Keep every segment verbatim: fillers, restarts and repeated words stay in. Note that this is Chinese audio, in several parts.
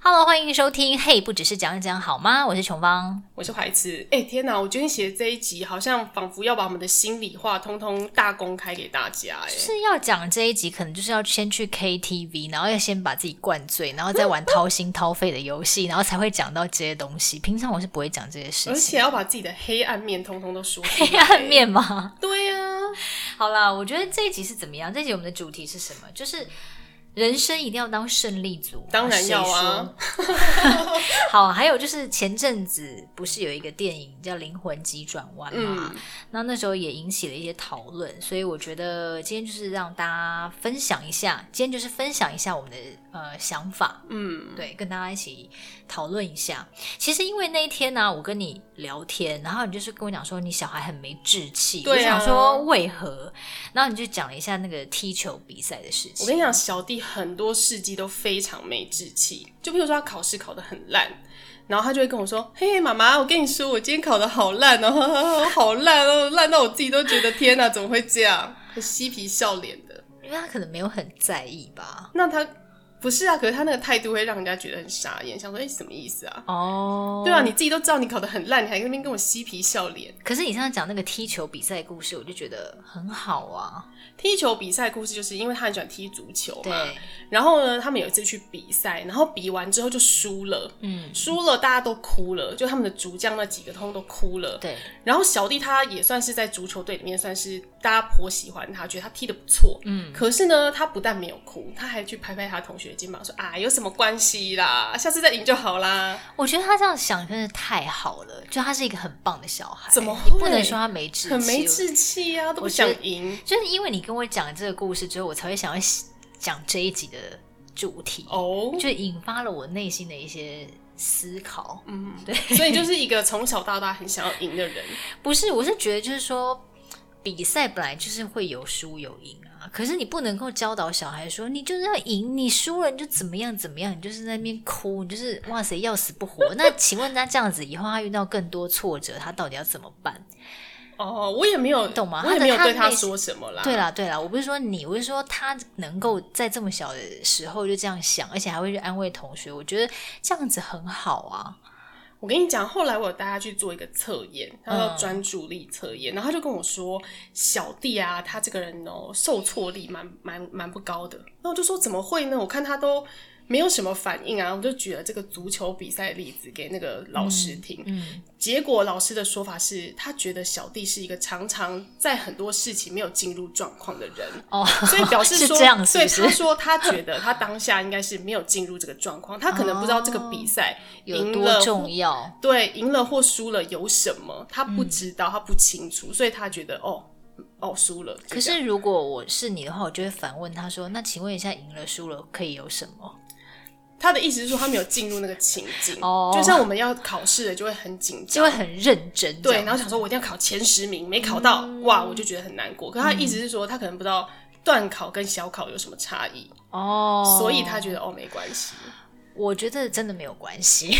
Hello， 欢迎收听嘿，不只是讲一讲好吗？我是琼芳， 我是怀慈。哎、欸，天哪！我觉得你写的这一集好像仿佛要把我们的心里话通通大公开给大家。哎， 是要讲这一集，可能就是要先去 K T V， 然后要先把自己灌醉，然后再玩掏心掏肺的游戏，然后才会讲到这些东西。平常我是不会讲这些事情， 而且要把自己的黑暗面通通都说出来。 黑暗面吗？ 对啊。 好啦，我觉得这一集是怎么样？这一集我们的主题是什么？就是人生一定要当胜利组， 当然要啊。 好，还有就是前阵子不是有一个电影叫《灵魂急转弯》嘛？嗯、那那时候也引起了一些讨论，所以我觉得今天就是让大家分享一下，今天就是分享一下我们的呃想法，嗯，对，跟大家一起讨论一下。其实因为那一天呢、啊，我跟你聊天，然后你就是跟我讲说你小孩很没志气， 对啊， 我想说为何？然后你就讲了一下那个踢球比赛的事情。 我跟你讲，小弟很多事迹都非常没志气，就譬如说他考试考得很烂，然后他就会跟我说：“嘿，妈妈，我跟你说，我今天考得好烂哦，好烂哦，烂到我自己都觉得天哪，怎么会这样？”很嬉皮笑脸的， 因为他可能没有很在意吧。 那他不是啊，可是他那个态度会让人家觉得很傻眼，想说：“哎、欸，什么意思啊？” 哦， 对啊，你自己都知道你考得很烂，你还在那边跟我嬉皮笑脸。 可是你刚才讲那个踢球比赛故事，我就觉得很好啊。 踢球比赛故事就是因为他很喜欢踢足球嘛， 对。 然后呢，他们有一次去比赛，然后比完之后就输了，嗯，输了大家都哭了，就他们的主将那几个通都哭了， 对。 然后小弟他也算是在足球队里面算是大家颇喜欢他，觉得他踢得不错，嗯。可是呢，他不但没有哭，他还去拍拍他同学的肩膀说：“啊，有什么关系啦，下次再赢就好啦。” 我觉得他这样想真的太好了，就他是一个很棒的小孩。 怎么会？ 你不能说他没志气， 很没志气啊，都不想赢。 就是因为你跟我讲这个故事之后，我才会想要讲这一集的主题哦，就引发了我内心的一些思考。嗯，对， 所以就是一个从小到大很想要赢的人。 不是，我是觉得就是说，比赛本来就是会有输有赢啊，可是你不能够教导小孩说你就是要赢，你输了你就怎么样怎么样，你就是在那边哭，你就是哇塞要死不活。那请问他这样子以后他遇到更多挫折，他到底要怎么办？ 哦，我也没有懂吗？ 我也没有对他说什么啦。 对啦，对啦，我不是说你，我是说他能够在这么小的时候就这样想，而且还会去安慰同学，我觉得这样子很好啊。 我跟你讲，后来我有带他去做一个测验，他叫专注力测验、嗯，然后他就跟我说，小弟啊，他这个人哦，受挫力蛮蛮蛮不高的。那我就说怎么会呢？我看他都没有什么反应啊，我就举了这个足球比赛的例子给那个老师听。嗯嗯、结果老师的说法是，他觉得小弟是一个常常在很多事情没有进入状况的人，哦，所以表示说， 是这样是不是？ 对，他说他觉得他当下应该是没有进入这个状况，他可能不知道这个比赛赢了、 哦、有多重要， 对，赢了或输了有什么，他不知道，嗯、他不清楚，所以他觉得哦。哦，输了。 可是如果我是你的话，我就会反问他说：“那请问一下，赢了输了可以有什么？” 他的意思是说，他没有进入那个情境，哦，就像我们要考试了，就会很紧张， 就会很认真， 对，然后想说我一定要考前十名，没考到，嗯、哇，我就觉得很难过。可他的意思是说，他可能不知道段考跟小考有什么差异，哦，所以他觉得哦没关系。 我觉得真的没有关系。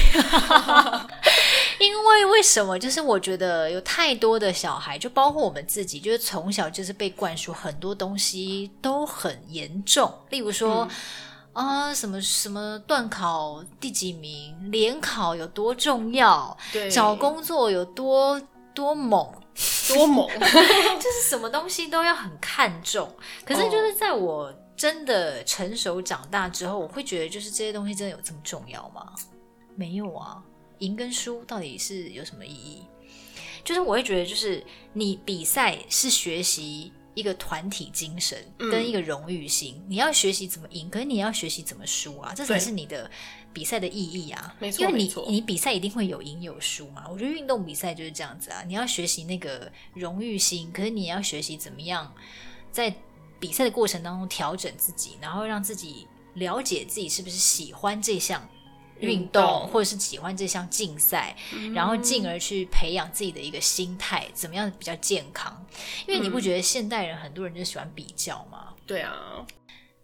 因为为什么？就是我觉得有太多的小孩，就包括我们自己，就是从小就是被灌输很多东西都很严重，例如说。嗯啊，什么什么段考第几名，联考有多重要，对，找工作有多多猛， 多猛， 就是什么东西都要很看重。可是就是在我真的成熟长大之后，我会觉得就是这些东西真的有这么重要吗？没有啊，赢跟输到底是有什么意义？就是我会觉得就是你比赛是学习一个团体精神跟一个荣誉心、嗯、你要学习怎么赢，可是你要学习怎么输啊，这才是你的比赛的意义啊。 没错， 因为你没错， 你比赛一定会有赢有输嘛。我觉得运动比赛就是这样子啊，你要学习那个荣誉心，可是你也要学习怎么样在比赛的过程当中调整自己，然后让自己了解自己是不是喜欢这项运动或者是喜欢这项竞赛、嗯、然后进而去培养自己的一个心态，怎么样比较健康。因为你不觉得现代人很多人就喜欢比较吗？ 对啊，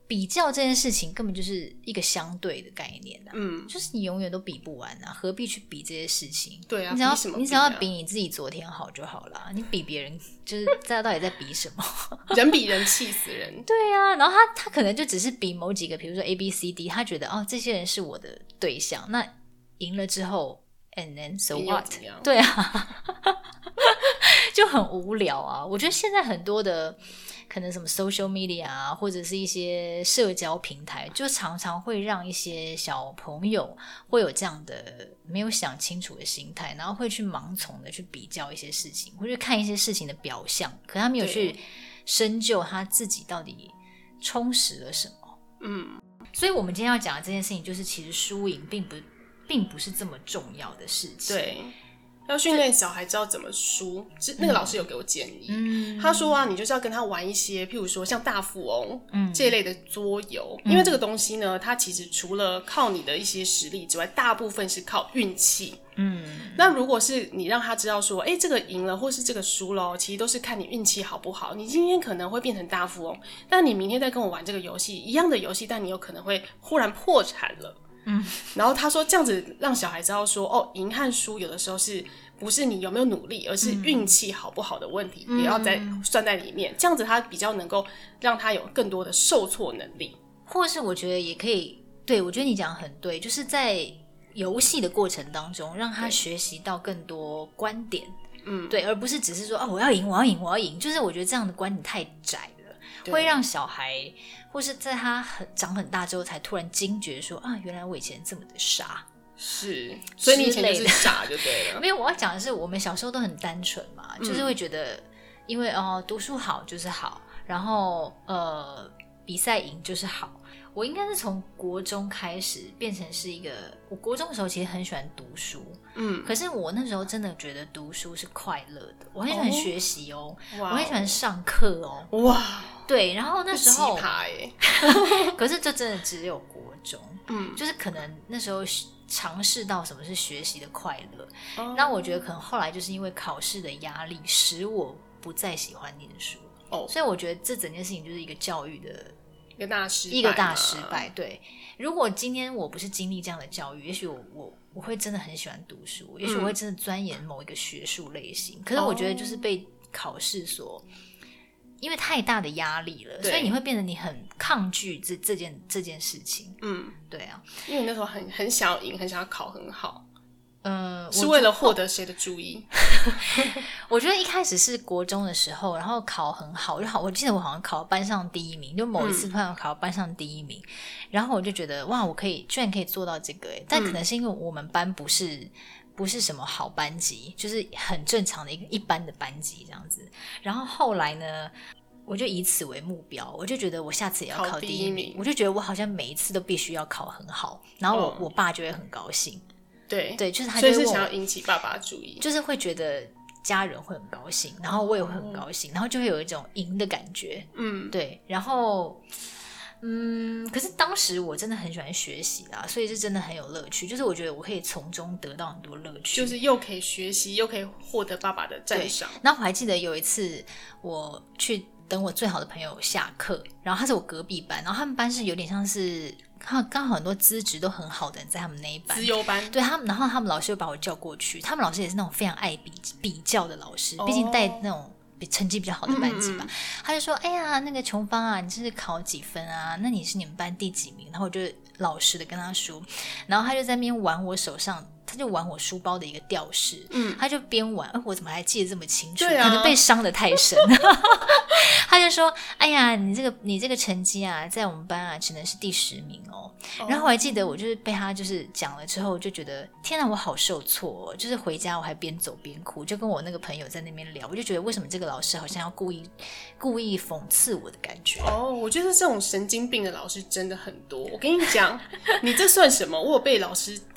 比较这件事情根本就是一个相对的概念啊， 嗯， 就是你永远都比不完啊，何必去比这些事情？ 对啊， 你只要比什么比啊你只要比你自己昨天好就好了，你比别人就是这到底在比什么？ 人比人气死人。 对啊，然后他他可能就只是比某几个，比如说 A B C D， 他觉得哦这些人是我的对象，那赢了之后 ，and then so 赢又 what？ 怎样对啊，就很无聊啊。我觉得现在很多的可能什么 social media 啊，或者是一些社交平台，就常常会让一些小朋友会有这样的没有想清楚的心态，然后会去盲从的去比较一些事情，会去看一些事情的表象，可他没有去深究他自己到底充实了什么。 嗯， 所以我们今天要讲的这件事情，就是其实输赢并不并不是这么重要的事情。 对。要训练小孩知道怎么输，那个老师有给我建议， 嗯， 他说啊，你就是要跟他玩一些，譬如说像大富翁， 嗯， 这一类的桌游，因为这个东西呢，它其实除了靠你的一些实力之外，大部分是靠运气。 嗯， 那如果是你让他知道说，哎、欸，这个赢了或是这个输了，其实都是看你运气好不好。你今天可能会变成大富翁，但你明天再跟我玩这个游戏，一样的游戏，但你有可能会忽然破产了。 嗯， 然后他说这样子让小孩知道说，哦，赢和输有的时候是不是你有没有努力，而是运气好不好的问题，嗯、也要在算在里面。这样子他比较能够让他有更多的受挫能力， 或是我觉得也可以，对，我觉得你讲很对，就是在游戏的过程当中，让他学习到更多观点，嗯，对，而不是只是说哦，我要赢，我要赢，我要赢，就是我觉得这样的观点太窄了，会让小孩。或是在他很长很大之后才突然惊觉说啊，原来我以前这么的傻， 是，所以你以前就是傻就对了。 没有，我要讲的是我们小时候都很单纯嘛， 嗯、 就是会觉得因为哦、呃、读书好就是好，然后呃比赛赢就是好。我应该是从国中开始变成是一个，我国中的时候其实很喜欢读书，嗯，可是我那时候真的觉得读书是快乐的，我很喜欢学习哦，哦我很喜欢上课哦， 哇， 对，然后那时候奇葩耶可是就真的只有国中， 嗯， 就是可能那时候尝试到什么是学习的快乐，哦、那我觉得可能后来就是因为考试的压力使我不再喜欢念书，哦，所以我觉得这整件事情就是一个教育的一个大失败， 一个大失败。对，如果今天我不是经历这样的教育，也许我我我会真的很喜欢读书，也许我会真的钻研某一个学术类型。嗯、可是我觉得就是被考试所，因为太大的压力了，所以你会变得你很抗拒这这件这件事情。嗯，对啊， 因为你那时候很很想要赢，很想要考很好。 嗯， 是为了获得谁的注意？ 我觉得一开始是国中的时候，然后考很好，就好。我记得我好像考班上第一名，就某一次突然考班上第一名，嗯、然后我就觉得哇，我可以居然可以做到这个耶！但可能是因为我们班不是不是什么好班级，就是很正常的一个一般的班级这样子。然后后来呢，我就以此为目标，我就觉得我下次也要考第一名， 考第一名我就觉得我好像每一次都必须要考很好，然后我、 哦、 我爸就会很高兴。 对对，就是他就会问我， 所以是想要引起爸爸的注意， 就是会觉得家人会很高兴，然后我也会很高兴，哦、然后就会有一种赢的感觉。嗯，对，然后嗯，可是当时我真的很喜欢学习啦，所以是真的很有乐趣，就是我觉得我可以从中得到很多乐趣， 就是又可以学习，又可以获得爸爸的赞赏。 然后我还记得有一次我去等我最好的朋友下课，然后他是我隔壁班，然后他们班是有点像是刚好很多资质都很好的人在他们那一班， 资优班， 对他们，然后他们老师就把我叫过去，他们老师也是那种非常爱比比较的老师，毕竟带那种比成绩比较好的班级嘛，嗯嗯他就说：“哎呀，那个琼芳啊，你这是考几分啊？那你是你们班第几名？”然后我就老实的跟他说，然后他就在那边玩我手上。他就玩我书包的一个吊饰，嗯，他就边玩，哎，我怎么还记得这么清楚？ 对啊、 可能被伤得太深。他就说：“哎呀，你这个你这个成绩啊，在我们班啊，只能是第十名哦。哦”然后我还记得，我就是被他就是讲了之后，我就觉得天哪，我好受挫哦！就是回家我还边走边哭，就跟我那个朋友在那边聊，我就觉得为什么这个老师好像要故意故意讽刺我的感觉？ 哦，我觉得这种神经病的老师真的很多。我跟你讲，你这算什么？我有被老师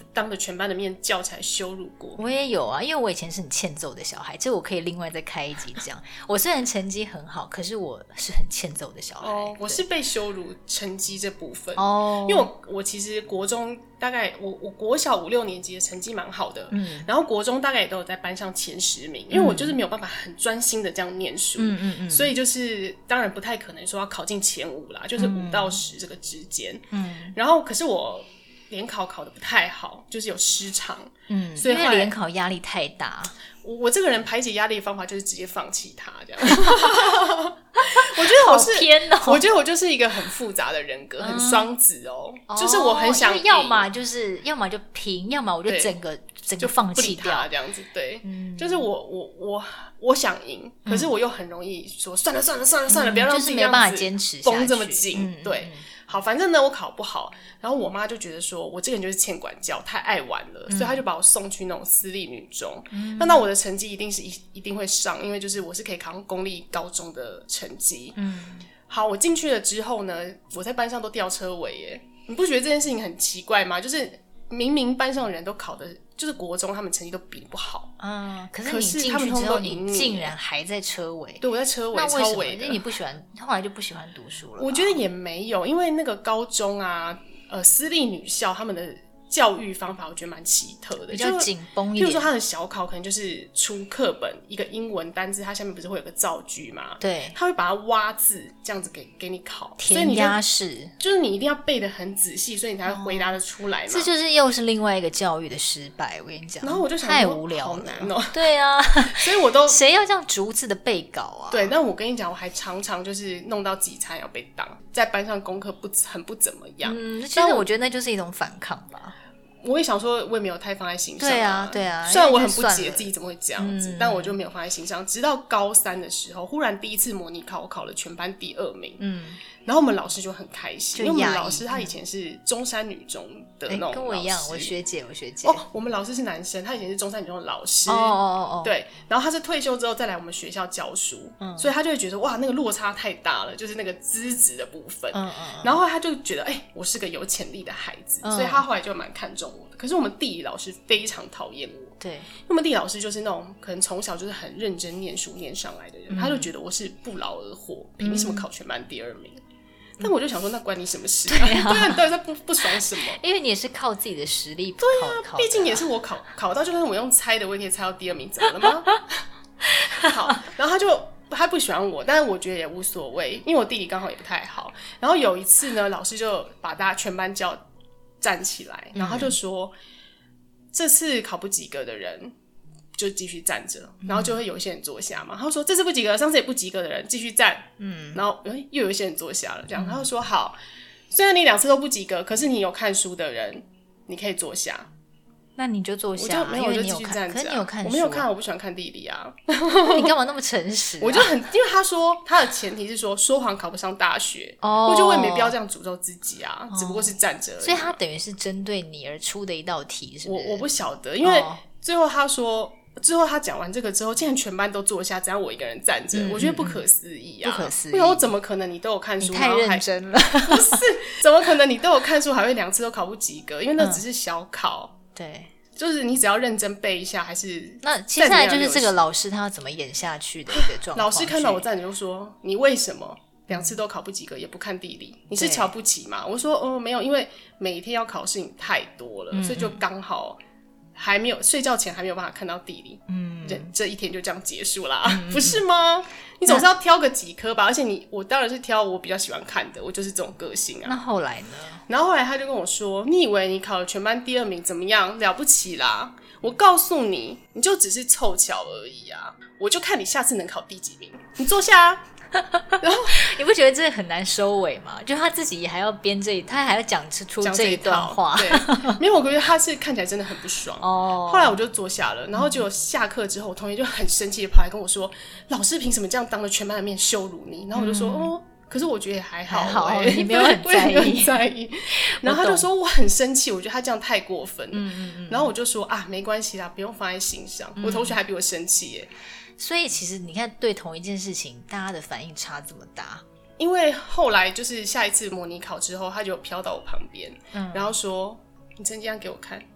当着全班的面叫起来羞辱过？ 我也有啊，因为我以前是很欠揍的小孩，这我可以另外再开一集讲。我虽然成绩很好，可是我是很欠揍的小孩。 哦，我是被羞辱成绩这部分哦， 因为我我其实国中大概我我国小五六年级的成绩蛮好的，嗯，然后国中大概也都有在班上前十名，因为我就是没有办法很专心的这样念书，嗯嗯嗯，所以就是当然不太可能说要考进前五啦，就是五到十这个之间，嗯，然后可是我联考考得不太好，就是有失常，嗯，所以因为联考压力太大。 我我这个人排解压力的方法就是直接放弃它，这样。我觉得我是， 偏哦， 我觉得我就是一个很复杂的人格，嗯、很双子哦，哦，就是我很想赢， 要么就是要么就平，要么我就整个整个放弃掉这样子，对，嗯、就是我我我我想赢，可是我又很容易说、嗯、算了算了算了算了，嗯、不要让自己这样子就是没办法坚持下去绷这么紧，嗯、对。嗯好，反正呢，我考不好，然后我妈就觉得说我这个人就是欠管教，太爱玩了，嗯、所以她就把我送去那种私立女中。嗯、那那我的成绩一定是一一定会上，因为就是我是可以考上公立高中的成绩。嗯，好，我进去了之后呢，我在班上都吊车尾耶，你不觉得这件事情很奇怪吗？就是明明班上的人都考的，就是国中他们成绩都比你不好， 嗯，可是你进去之后，你竟然还在车尾。 对，我在车尾， 那为什么？ 超尾的。 因为你不喜欢，后来就不喜欢读书了。 我觉得也没有，因为那个高中啊，呃，私立女校他们的教育方法我觉得蛮奇特的， 比较紧绷一点。 譬如说他的小考可能就是出课本一个英文单字，它下面不是会有个造句吗？ 对， 他会把它挖字这样子给给你考， 填鸭式， 就是你一定要背得很仔细，所以你才会回答得出来嘛。 这就是又是另外一个教育的失败，我跟你讲。 然后我就想说太无聊了， 好难哦。 对啊， 所以我都谁要这样逐字的背稿啊？ 对，但我跟你讲，我还常常就是弄到自己差点要被当，在班上功课不很不怎么样。 嗯，其实我觉得那就是一种反抗吧。 我也想说，我也没有太放在心上、啊。 对啊，对啊。 虽然我很不解自己怎么会这样子，嗯、但我就没有放在心上。直到高三的时候，忽然第一次模拟考，我考了全班第二名。嗯。然后我们老师就很开心，因为我们老师他以前是中山女中的那种老师、欸、 跟我一样，我学姐，我学姐。 哦，我们老师是男生，他以前是中山女中的老师。 哦哦哦。 对，然后他是退休之后再来我们学校教书，嗯、所以他就会觉得哇，那个落差太大了，就是那个资质的部分。嗯嗯。然后他就觉得，哎、欸，我是个有潜力的孩子，嗯、所以他后来就蛮看重我的。可是我们地理老师非常讨厌我。 对， 因为我们地理老师就是那种可能从小就是很认真念书念上来的人，嗯、他就觉得我是不劳而获，凭什么考全班第二名？嗯、但我就想说，那关你什么事、啊？对啊，对啊，你到底在不不爽什么？ 因为你也是靠自己的实力考， 对啊，毕竟也是我考考到，就算我用猜的，我也可以猜到第二名，怎么了吗？好，然后他就他不喜欢我，但是我觉得也无所谓，因为我地理刚好也不太好。然后有一次呢，老师就把大家全班叫站起来，然后他就说。嗯这次考不及格的人就继续站着，然后就会有一些人坐下嘛。他说这次不及格，上次也不及格的人继续站，嗯，然后又有一些人坐下了，这样。他就说好，虽然你两次都不及格，可是你有看书的人，你可以坐下。 那你就坐下、啊， 我就没有，我就继续站着、啊。 可是你有看书、啊？ 我没有看，我不喜欢看地理啊。 你干嘛那么诚实、啊？ 我就很，因为他说他的前提是说说谎考不上大学，哦，我觉得我也没必要这样诅咒自己啊，哦、只不过是站着而已。 所以他等于是针对你而出的一道题，是不是？ 我我不晓得，因为最后他说。哦最后他讲完这个之后，竟然全班都坐下，只要我一个人站着、嗯，我觉得不可思议啊！ 不可思议！ 我怎么可能你都有看书？ 你太认真了， 不是？怎么可能你都有看书，还会两次都考不及格？因为那只是小考， 嗯、对， 就是你只要认真背一下，还是那接下来就是这个老师他要怎么演下去的一个状况。 老师看到我站着就说：“你为什么两次都考不及格，也不看地理？你是瞧不起吗？”我说：“哦，没有，因为每一天要考试情太多了，嗯、所以就刚好。”还没有睡觉前还没有办法看到地理，嗯，这这一天就这样结束啦，嗯、不是吗？你总是要挑个几科吧，而且你我当然是挑我比较喜欢看的，我就是这种个性啊。 那后来呢？ 然后后来他就跟我说：“你以为你考了全班第二名怎么样了不起啦？我告诉你，你就只是凑巧而已啊！我就看你下次能考第几名，你坐下啊。”然后你不觉得这很难收尾吗？就他自己还要编这一，他还要讲出这一段话。 对，没有，我觉得他是看起来真的很不爽。哦，后来我就坐下了，然后结果下课之后，我同学就很生气的跑来跟我说：“老师凭什么这样当着全班的面羞辱你？”然后我就说：“嗯、哦，可是我觉得也还好、欸， 还好，你没有很在意， 很在意。”然后他就说：“我很生气，我觉得他这样太过分了。嗯嗯嗯”然后我就说：“啊，没关系啦，不用放在心上。嗯”我同学还比我生气耶。 所以其实你看，对同一件事情，大家的反应差这么大。 因为后来就是下一次模拟考之后，他就飘到我旁边，嗯、然后说：“你成绩单给我看。”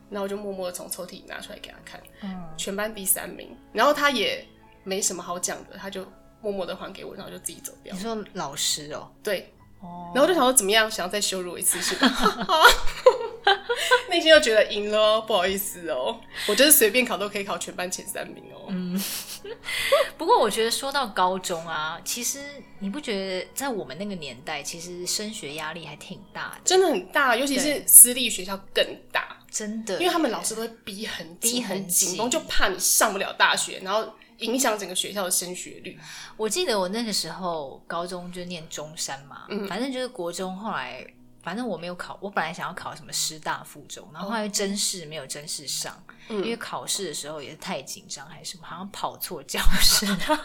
然后我就默默的从抽屉里拿出来给他看，嗯，全班第三名，然后他也没什么好讲的，他就默默的还给我，然后就自己走掉。 你说老师哦？ 对，哦，然后我就想说怎么样，想要再羞辱我一次是吧？内心就觉得赢了哦，不好意思哦，我就是随便考都可以考全班前三名哦。 嗯，不过我觉得说到高中啊，其实你不觉得在我们那个年代，其实升学压力还挺大的， 真的很大，尤其是私立学校更大， 真的， 因为他们老师都会逼很紧， 逼很紧， 就怕你上不了大学，然后影响整个学校的升学率。 我记得我那个时候高中就念中山嘛，嗯、反正就是国中后来。反正我没有考，我本来想要考什么师大附中，然后后来甄试没有甄试上，嗯、因为考试的时候也是太紧张还是什么，好像跑错教室。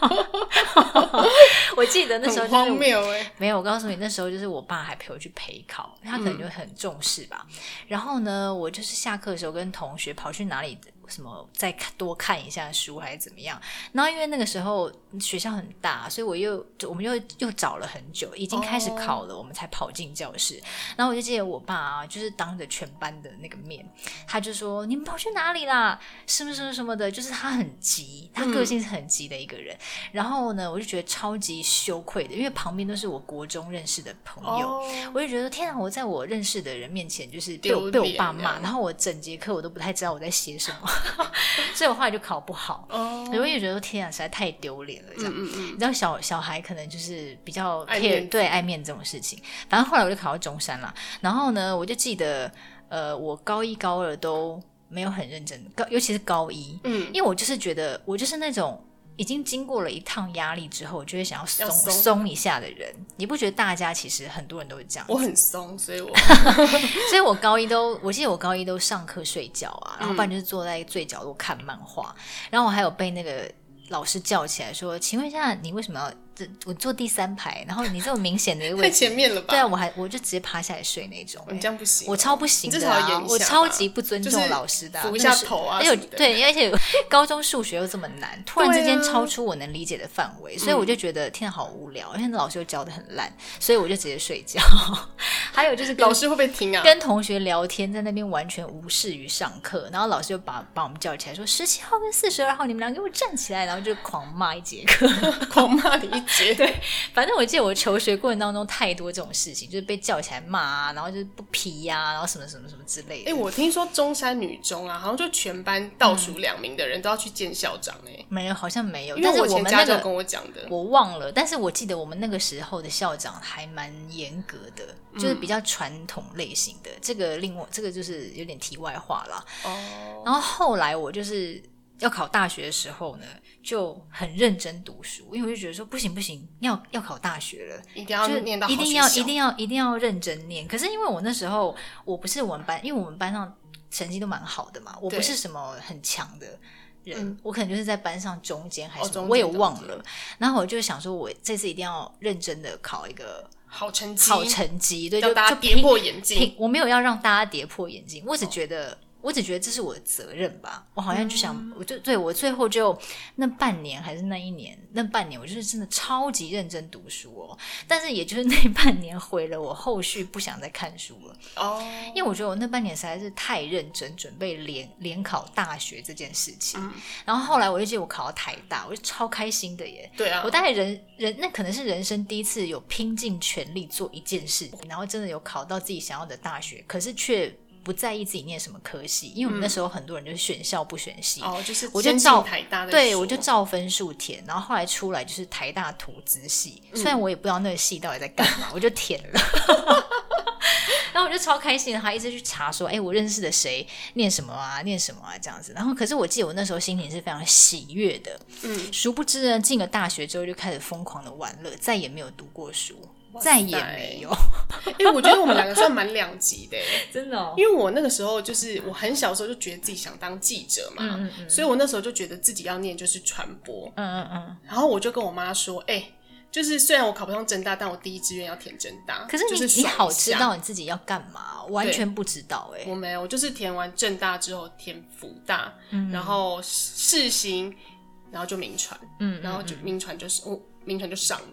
我记得那时候、就是、 很荒谬欸， 没有，我告诉你那时候就是我爸还陪我去陪考，他可能就很重视吧。嗯、然后呢，我就是下课的时候跟同学跑去哪里什么再多看一下书还是怎么样，然后因为那个时候学校很大，所以我又我们又又找了很久，已经开始考了、oh. 我们才跑进教室。然后我就记得我爸啊，就是当着全班的那个面，他就说你们跑去哪里啦，什么什么什么的，就是他很急，他个性是很急的一个人、嗯、然后呢我就觉得超级羞愧的，因为旁边都是我国中认识的朋友、oh. 我就觉得天啊，我在我认识的人面前就是被我被我爸骂，然后我整节课我都不太知道我在写什么所以我后来就考不好，哦，我也觉得天啊，实在太丢脸了，这样，嗯嗯嗯，你知道小小孩可能就是比较 care 对爱面这种事情，反正后来我就考到中山啦，然后呢，我就记得，呃，我高一高二都没有很认真，高尤其是高一，嗯，因为我就是觉得我就是那种。已经经过了一趟压力之后，我就会想要松松松一下的人。你不觉得大家其实很多人都是这样子？ 我很松，所以我所以我高一都，我记得我高一都上课睡觉啊，然后不然就是坐在最角落看漫画，嗯、然后我还有被那个老师叫起来说：“请问一下，你为什么要？”我坐第三排，然后你这么明显的一个位置， 太前面了吧？ 对啊，我还我就直接趴下来睡那种、欸。 你这样不行、啊， 我超不行的、啊，我超级不尊重老师的、啊， 扶一下头啊什么的。对，而且高中数学又这么难，突然之间超出我能理解的范围，啊、所以我就觉得天啊好无聊，因为老师又教得很烂，所以我就直接睡觉。还有就是老师会不会听啊？ 跟同学聊天，在那边完全无视于上课，然后老师就把把我们叫起来说：“十七号跟四十二号，你们俩给我站起来！”然后就狂骂一节课， 狂骂你一节。 对。反正我记得我求学过程当中太多这种事情，就是被叫起来骂啊，然后就是不皮呀、啊，然后什么什么什么之类的。 哎、欸，我听说中山女中啊，好像就全班倒数两名的人都要去见校长、欸。哎、嗯， 没有，好像没有。 因为我前家长跟我讲的， 我忘了。但是我记得我们那个时候的校长还蛮严格的，就是比较传统类型的。嗯、这个另外，这个就是有点题外话啦。哦。然后后来我就是要考大学的时候呢。就很认真读书，因为我就觉得说不行不行，要要考大学了， 一定要念到好学校， 一定要一定要一定要认真念。可是因为我那时候我不是我们班，因为我们班上成绩都蛮好的嘛，我不是什么很强的人，嗯、我可能就是在班上中间还是什么，哦、我也忘了。然后我就想说，我这次一定要认真的考一个好成绩， 好成绩，对，就大家跌破眼镜。 我没有要让大家跌破眼镜，我只觉得。哦我只觉得这是我的责任吧，我好像就想，嗯、我就对我最后就那半年还是那一年，那半年我就是真的超级认真读书哦，但是也就是那半年毁了我后续不想再看书了哦，因为我觉得我那半年实在是太认真准备联联考大学这件事情，嗯、然后后来我就记得我考到台大，我就超开心的耶， 对啊， 我大概人人那可能是人生第一次有拼尽全力做一件事，然后真的有考到自己想要的大学，可是却不在意自己念什么科系，因为我们那时候很多人就是选校不选系， 哦，就是我就照台大的， 对，我就照分数填，然后后来出来就是台大图资系，嗯、虽然我也不知道那个系到底在干嘛，我就填了，然后我就超开心的，还一直去查说，哎，我认识的谁念什么啊，念什么啊这样子，然后可是我记得我那时候心情是非常喜悦的，嗯，殊不知呢，进了大学之后就开始疯狂的玩乐，再也没有读过书。再也没有， 因为我觉得我们两个算蛮两极的， 真的、哦。 因为我那个时候就是我很小的时候就觉得自己想当记者嘛，嗯嗯嗯，所以我那时候就觉得自己要念就是传播，嗯嗯嗯。然后我就跟我妈说，哎、欸，就是虽然我考不上政大，但我第一志愿要填政大。 可是你、就是、你好知道你自己要干嘛，完全不知道哎、欸。 我没有，我就是填完政大之后填辅大，嗯、然后试行，然后就民传，嗯，然后就民传就是我民传就上了。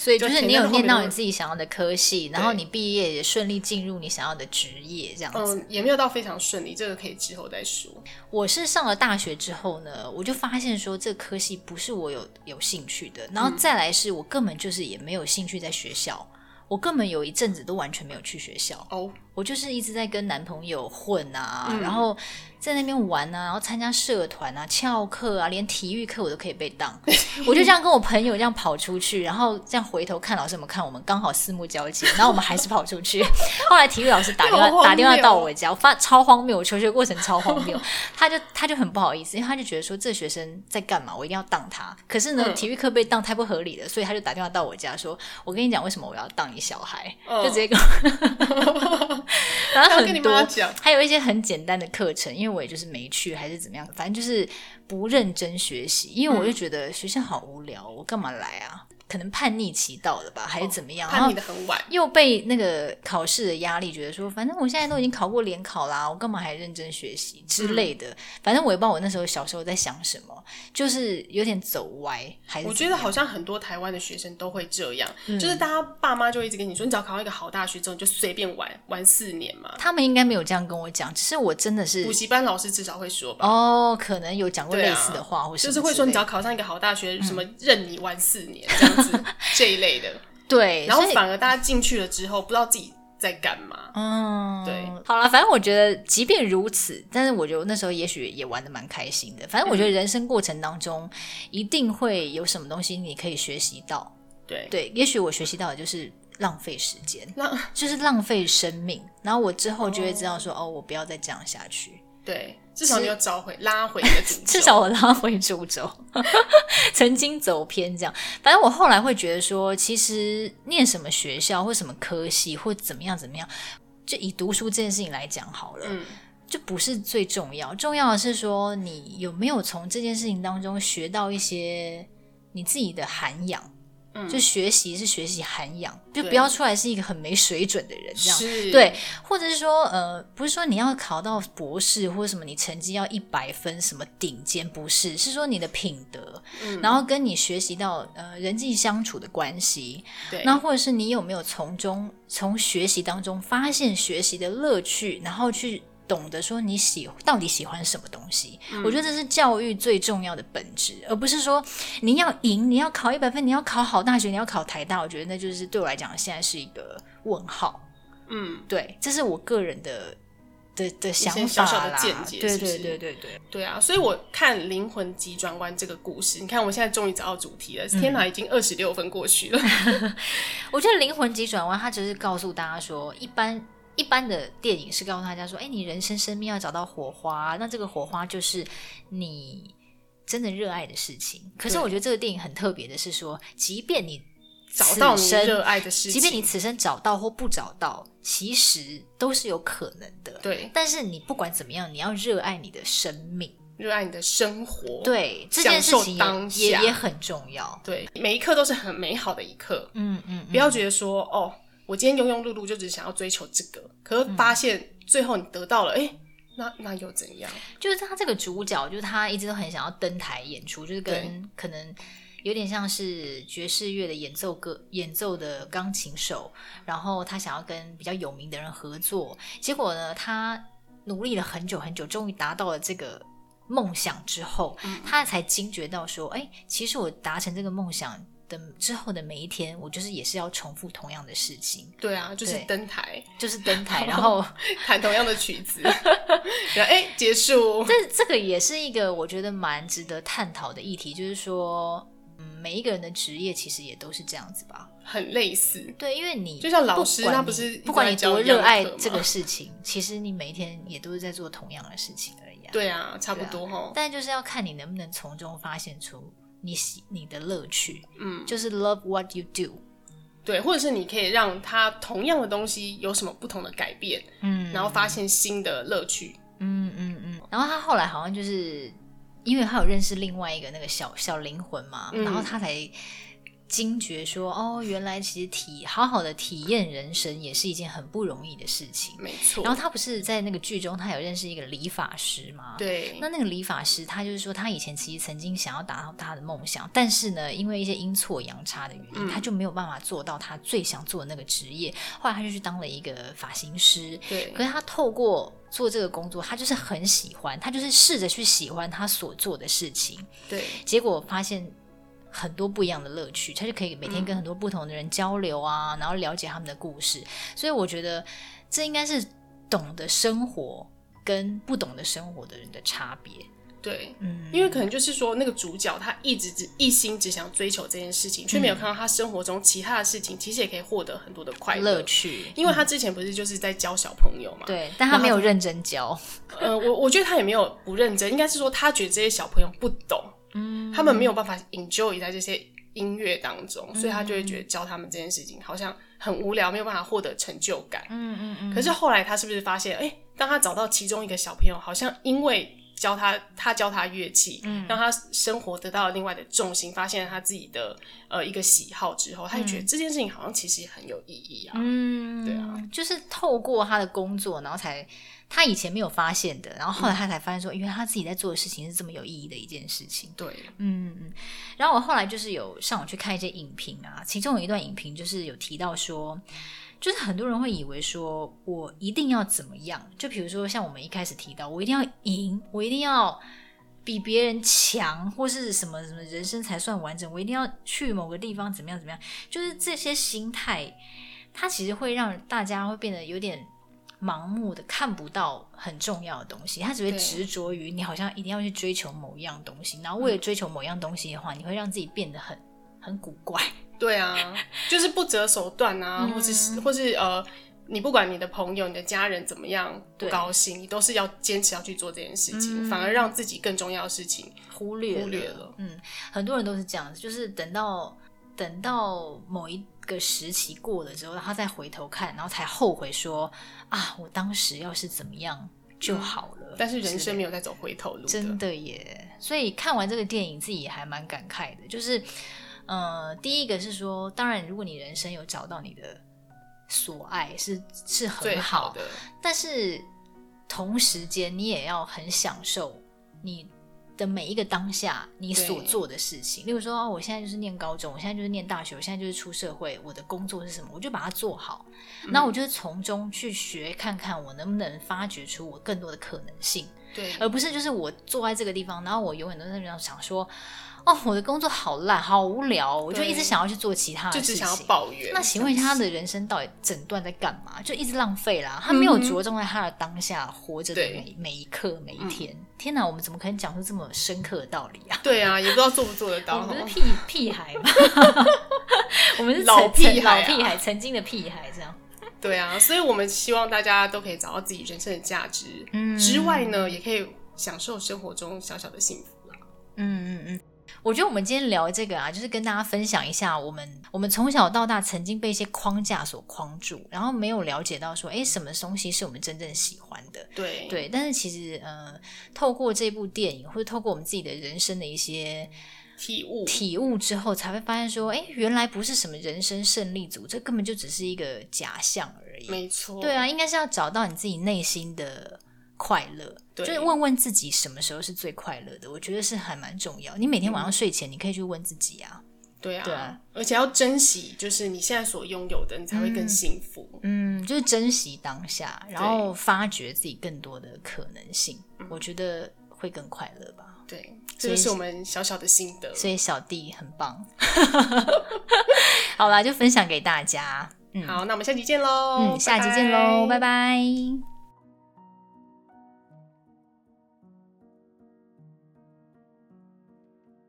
所以就是你有念到就你自己想要的科系，然后你毕业也顺利进入你想要的职业这样子。 嗯，也没有到非常顺利，这个可以之后再说。 我是上了大学之后呢，我就发现说这个科系不是我有有兴趣的，然后再来是我根本就是也没有兴趣在学校，我根本有一阵子都完全没有去学校。 哦， 我就是一直在跟男朋友混啊， 嗯、 然后在那边玩啊，然后参加社团啊、翘课啊，连体育课我都可以被当。我就这样跟我朋友这样跑出去，然后这样回头看老师有没有看我们，刚好四目交接，然后我们还是跑出去。后来体育老师打电话打电话到我家，我发超荒谬，我求学过程超荒谬。他就他就很不好意思，因为他就觉得说这学生在干嘛，我一定要当他。可是呢，嗯、体育课被当太不合理了，所以他就打电话到我家说：“我跟你讲，为什么我要当你小孩？”嗯、就直接跟我。然后很多，还有一些很简单的课程，因为我也就是没去还是怎么样，反正就是不认真学习，因为我就觉得学校好无聊，我干嘛来啊？可能叛逆期到了吧，还是怎么样？ 哦、叛逆的很晚， 又被那个考试的压力，觉得说，反正我现在都已经考过联考啦，我干嘛还认真学习之类的？嗯、反正我也不知道我那时候小时候在想什么，就是有点走歪，还是我觉得好像很多台湾的学生都会这样，嗯、就是大家爸妈就一直跟你说，你只要考到一个好大学之后，你就随便玩玩四年嘛。 他们应该没有这样跟我讲，只是我真的是补习班老师至少会说吧。 哦，可能有讲过类似的话，啊、或什么就是会说你只要考上一个好大学，嗯、什么任你玩四年这样子这一类的。 对， 然后反而大家进去了之后，不知道自己在干嘛。 嗯， 对， 好啦，反正我觉得即便如此，但是我觉得那时候也许也玩得蛮开心的。反正我觉得人生过程当中，一定会有什么东西你可以学习到。 对对，也许我学习到的就是浪费时间，就是浪费生命。然后我之后就会知道说，哦，哦我不要再这样下去。 对，至少你有找回拉回你的主轴， 至少我拉回主轴，曾经走偏这样。反正我后来会觉得说，其实念什么学校或什么科系或怎么样怎么样，就以读书这件事情来讲好了，嗯，就不是最重要。重要的是说，你有没有从这件事情当中学到一些你自己的涵养。嗯、就学习是学习涵养，就不要出来是一个很没水准的人这样。对，或者是说呃，不是说你要考到博士或者什么你成绩要一百分什么顶尖，不是，是说你的品德、嗯、然后跟你学习到呃人际相处的关系，对，然后或者是你有没有从中从学习当中发现学习的乐趣，然后去懂得说你喜到底喜欢什么东西、嗯、我觉得这是教育最重要的本质，而不是说你要赢，你要考一百分，你要考好大学，你要考台大，我觉得那就是对我来讲现在是一个问号。嗯，对，这是我个人的的的想法啦， 小小的见解， 对对对对对对啊！所以我看《灵魂急转弯》这个故事，你看我现在终于找到主题了，嗯、天哪，已经二十六分过去了。 我觉得《灵魂急转弯》它只是告诉大家说，一般。一般的电影是告诉大家说，哎，你人生生命要找到火花，那这个火花就是你真的热爱的事情。可是我觉得这个电影很特别的是说，即便你找到你热爱的事情， 即便你此生找到或不找到，其实都是有可能的。 对， 但是你不管怎么样，你要热爱你的生命， 热爱你的生活， 对，这件事情 也, 也, 也很重要。 对，每一刻都是很美好的一刻。 嗯 嗯, 嗯， 不要觉得说哦。我今天庸庸碌碌就只想要追求这个，可是发现最后你得到了，哎、嗯，那那又怎样？ 就是他这个主角，就是他一直都很想要登台演出，就是跟可能有点像是爵士乐的演奏歌演奏的钢琴手，然后他想要跟比较有名的人合作，结果呢，他努力了很久很久，终于达到了这个梦想之后，嗯、他才惊觉到说，哎，其实我达成这个梦想的之后的每一天，我就是也是要重复同样的事情。 对啊，就是登台， 就是登台，然后弹同样的曲子，然后哎结束。 这这个也是一个我觉得蛮值得探讨的议题，就是说，嗯，每一个人的职业其实也都是这样子吧， 很类似。 对，因为你就像老师，他不是不管你多热爱这个事情，其实你每一天也都是在做同样的事情而已、啊。 对啊，差不多齁。 但就是要看你能不能从中发现出。你喜你的乐趣，嗯，就是 love what you do， 对，或者是你可以让他同样的东西有什么不同的改变，嗯，然后发现新的乐趣， 嗯嗯嗯。然后他后来好像就是因为他有认识另外一个那个小小灵魂嘛，嗯、然后他才惊觉说，哦，原来其实体好好的体验人生也是一件很不容易的事情。 没错。 然后他不是在那个剧中，他有认识一个理发师吗？ 对。 那那个理发师，他就是说，他以前其实曾经想要达到他的梦想，但是呢，因为一些阴错阳差的原因，嗯、他就没有办法做到他最想做的那个职业。后来他就去当了一个发型师。 对。 可是他透过做这个工作，他就是很喜欢，他就是试着去喜欢他所做的事情。 对。 结果发现很多不一样的乐趣，他就可以每天跟很多不同的人交流啊、嗯、然后了解他们的故事。所以我觉得这应该是懂得生活跟不懂得生活的人的差别。 对、嗯、因为可能就是说那个主角他一直只一心只想追求这件事情，却没有看到他生活中其他的事情其实也可以获得很多的快乐乐趣。 因为他之前不是就是在教小朋友嘛， 对，但他没有认真教。 呃，我我觉得他也没有不认真，应该是说他觉得这些小朋友不懂，嗯，他们没有办法 enjoy 在这些音乐当中，所以他就会觉得教他们这件事情好像很无聊，没有办法获得成就感。嗯嗯嗯。可是后来他是不是发现，哎、欸，当他找到其中一个小朋友，好像因为教他，他教他乐器，嗯，让他生活得到了另外的重心，发现了他自己的呃一个喜好之后，他就觉得这件事情好像其实很有意义啊。嗯，对啊， 就是透过他的工作，然后才他以前没有发现的，然后后来他才发现说，原来他自己在做的事情是这么有意义的一件事情。 对， 嗯嗯。然后我后来就是有上网去看一些影评啊，其中有一段影评就是有提到说，就是很多人会以为说我一定要怎么样，就比如说像我们一开始提到，我一定要赢，我一定要比别人强，或是什么什么人生才算完整，我一定要去某个地方怎么样怎么样，就是这些心态它其实会让大家会变得有点盲目的看不到很重要的东西，他只会执着于你好像一定要去追求某一样东西，然后为了追求某一样东西的话，你会让自己变得很很古怪。 对啊，就是不择手段啊，嗯、或是或是呃，你不管你的朋友、你的家人怎么样不高兴，你都是要坚持要去做这件事情，嗯、反而让自己更重要的事情忽略了。 忽略了。 嗯，很多人都是这样子，就是等到等到某一个时期过了之后，他再回头看，然后才后悔说啊，我当时要是怎么样就好了。嗯、 但是人生没有在走回头路的， 真的耶。所以看完这个电影，自己也还蛮感慨的，就是。呃，第一个是说，当然，如果你人生有找到你的所爱，是是很好， 最好的， 但是同时间你也要很享受你的每一个当下你所做的事情。例如说、哦，我现在就是念高中，我现在就是念大学，我现在就是出社会，我的工作是什么，我就把它做好。那、嗯、我就是从中去学，看看我能不能发掘出我更多的可能性。 对， 而不是就是我坐在这个地方，然后我永远都在那边想说。哦，我的工作好烂，好无聊，我就一直想要去做其他的事情， 就只想要抱怨。 那请问一下，他的人生到底整段在干嘛？就一直浪费啦，他没有着重在他的当下活着的每每一刻每一天。嗯、天哪，我们怎么可能讲出这么深刻的道理啊？ 对啊，也不知道做不做得到。 我们是屁屁孩嘛，我们是老屁孩、啊、 老屁孩，曾经的屁孩这样。 对啊，所以我们希望大家都可以找到自己人生的价值，嗯、之外呢，也可以享受生活中小小的幸福啦。 嗯嗯嗯。我觉得我们今天聊这个啊，就是跟大家分享一下我们我们从小到大曾经被一些框架所框住，然后没有了解到说，哎，什么东西是我们真正喜欢的。 对对，但是其实呃，透过这部电影或者透过我们自己的人生的一些体悟体悟之后，才会发现说，哎，原来不是什么人生胜利组，这根本就只是一个假象而已。 没错。 对啊，应该是要找到你自己内心的快乐，就是问问自己什么时候是最快乐的，我觉得是还蛮重要。你每天晚上睡前，你可以去问自己啊。 对啊，对啊，而且要珍惜，就是你现在所拥有的，你才会更幸福。嗯， 嗯，就是珍惜当下，然后发掘自己更多的可能性，我觉得会更快乐吧。 对，这就是我们小小的心得。 所以小弟很棒。好啦，就分享给大家。 嗯、好，那我们下集见咯。 嗯，下集见咯，拜拜。